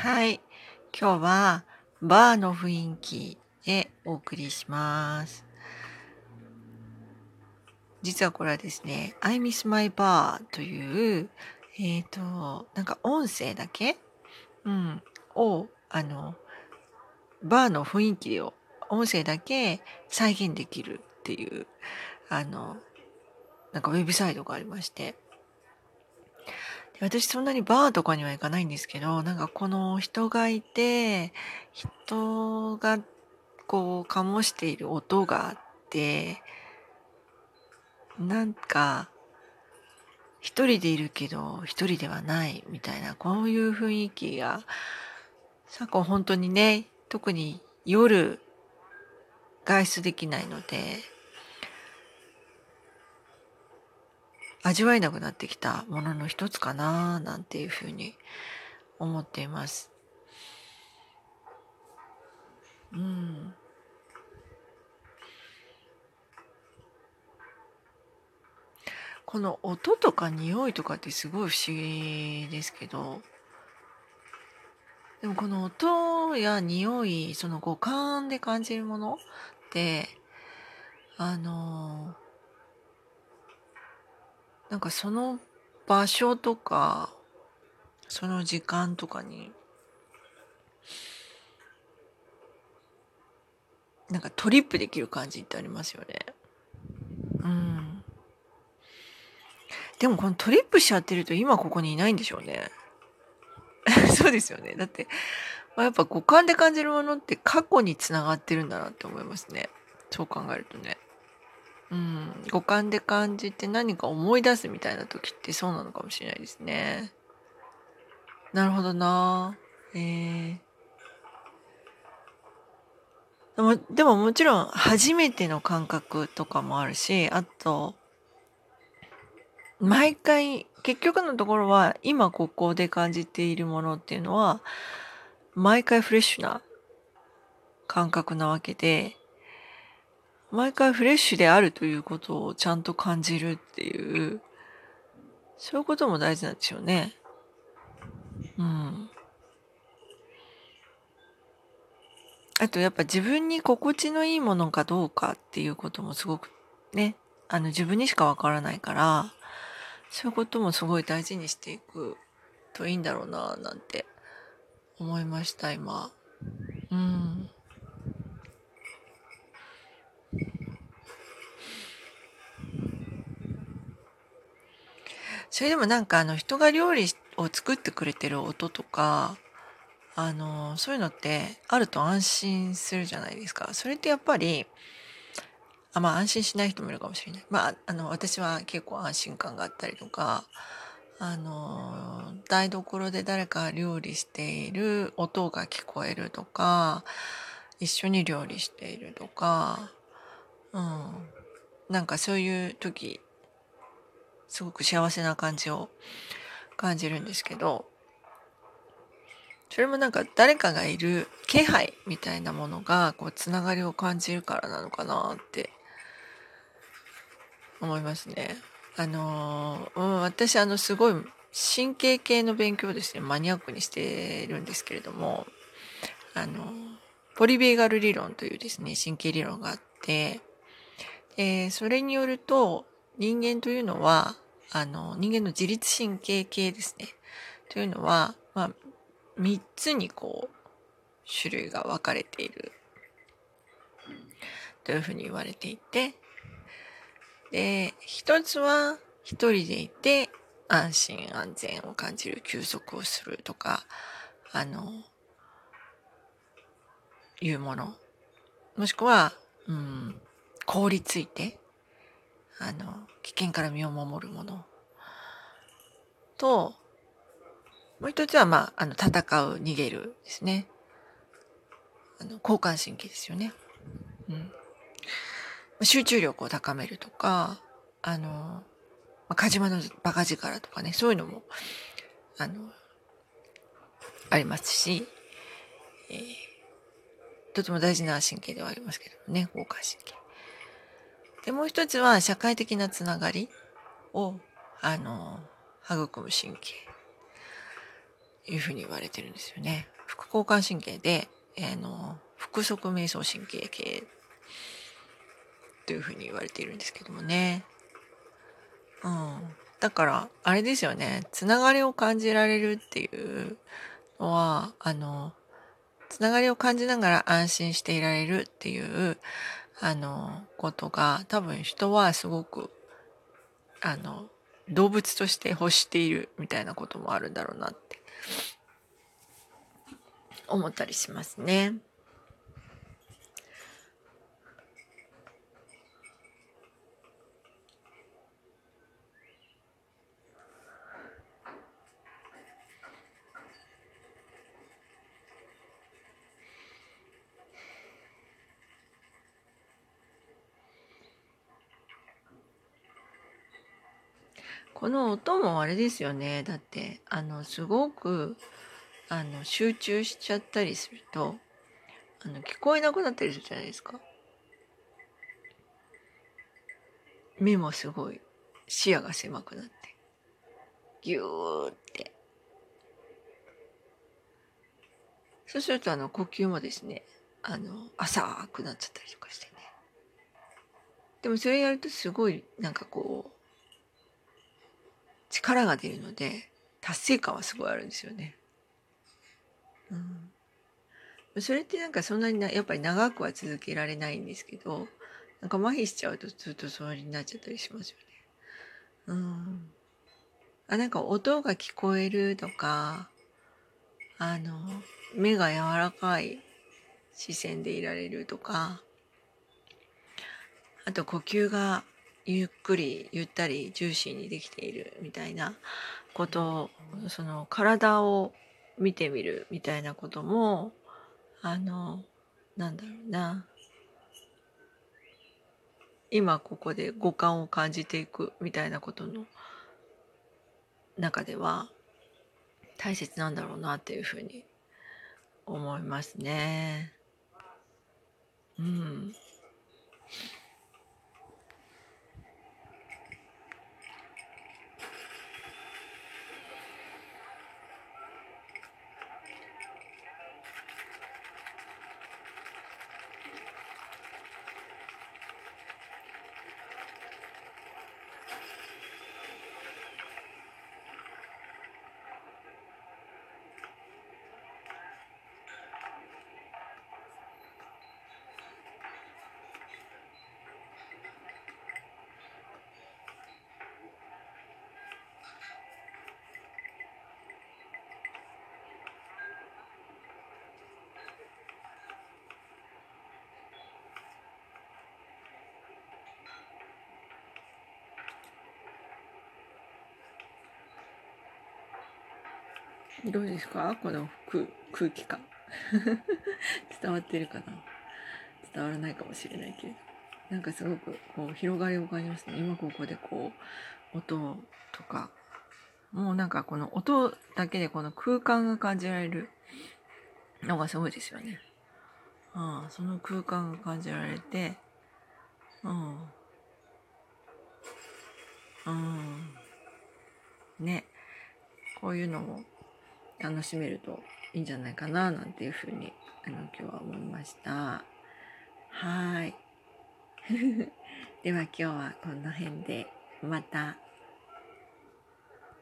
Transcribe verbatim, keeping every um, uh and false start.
はい。今日はバーの雰囲気でお送りします。実はこれはですね、I miss my bar という、えっ、と、なんか音声だけ、うん、を、あの、バーの雰囲気を音声だけ再現できるっていう、あの、なんかウェブサイトがありまして。で私そんなにバーとかには行かないんですけど、なんかこの人がいて、人がこう醸している音があって、なんか一人でいるけど一人ではないみたいな、こういう雰囲気が昨今本当にね、特に夜外出できないので味わえなくなってきたものの一つかななんていうふうに思っています。うん。この音とか匂いとかってすごい不思議ですけど、でもこの音や匂い、その五感で感じるものって、あの、なんかその場所とか、その時間とかに、なんかトリップできる感じってありますよね。うん。でもこのトリップしちゃってると今ここにいないんでしょうね。そうですよね。だって、まあ、やっぱ五感で感じるものって過去につながってるんだなって思いますね。そう考えるとね。うん。五感で感じて何か思い出すみたいな時ってそうなのかもしれないですね。なるほどな。えー、でも、でももちろん初めての感覚とかもあるし、あと、毎回、結局のところは今ここで感じているものっていうのは、毎回フレッシュな感覚なわけで、毎回フレッシュであるということをちゃんと感じるっていう、そういうことも大事なんでしょうね。うん。あとやっぱ自分に心地のいいものかどうかっていうこともすごくね、あの自分にしかわからないから、そういうこともすごい大事にしていくといいんだろうな、なんて思いました、今。うん。それでもなんかあの人が料理を作ってくれてる音とか、あの、そういうのってあると安心するじゃないですか。それってやっぱり、あ、まあ安心しない人もいるかもしれない。まあ、あの、私は結構安心感があったりとか、あの、台所で誰か料理している音が聞こえるとか、一緒に料理しているとか、うん。なんかそういう時、すごく幸せな感じを感じるんですけど、それもなんか誰かがいる気配みたいなものが、こう、つながりを感じるからなのかなって思いますね。あの、うん、私あの、すごい神経系の勉強をですね、マニアックにしてるんですけれども、あの、ポリベーガル理論というですね、神経理論があって、で、それによると、人間というのは、あの、人間の自律神経系ですね。というのは、まあ、三つにこう、種類が分かれているというふうに言われていて、で、一つは一人でいて安心安全を感じる休息をするとか、あの、いうもの。もしくは、うん、凍りついて、あの、危険から身を守るものと、もう一つは、まあ、あの、戦う、逃げるですね。あの、交感神経ですよね。うん。集中力を高めるとか、あの、まあ、カジマのバカ力とかね、そういうのも、あの、ありますし、えーとても大事な神経ではありますけどね、交感神経。で、もう一つは社会的なつながりを、あの、育む神経、いうふうに言われてるんですよね。 副交感神経で、えー、の腹側瞑想神経系というふうに言われているんですけどもね。うん、だからあれですよね、つながりを感じられるっていうのはあのつながりを感じながら安心していられるっていうあのことが多分人はすごくあの動物として欲しているみたいなこともあるんだろうなって思ったりしますね。この音もあれですよね。だってあのすごくあの集中しちゃったりするとあの聞こえなくなったりするじゃないですか。目もすごい視野が狭くなってギューって、そうするとあの呼吸もですねあの浅くなっちゃったりとかしてね。でもそれやるとすごいなんかこう力が出るので達成感はすごいあるんですよね。うん、それってなんかそんなになやっぱり長くは続けられないんですけど、なんか麻痺しちゃうとずっとそれになっちゃったりしますよね。うん。あ、なんか音が聞こえるとか、あの目が柔らかい視線でいられるとか、あと呼吸がゆっくりゆったりジューシーにできているみたいなことを、その体を見てみるみたいなこともあのなんだろうな、今ここで五感を感じていくみたいなことの中では大切なんだろうなっていうふうに思いますね。うん。どうですかこの空空気感伝わってるかな。伝わらないかもしれないけれど、なんかすごくこう広がりを感じますね。今ここでこう音とか、もうなんかこの音だけでこの空間が感じられるのがすごいですよね。ああ、その空間が感じられて、うん、うん、ね、こういうのも楽しめるといいんじゃないかななんていうふうにあの今日は思いました。はい。では今日はこの辺でまた。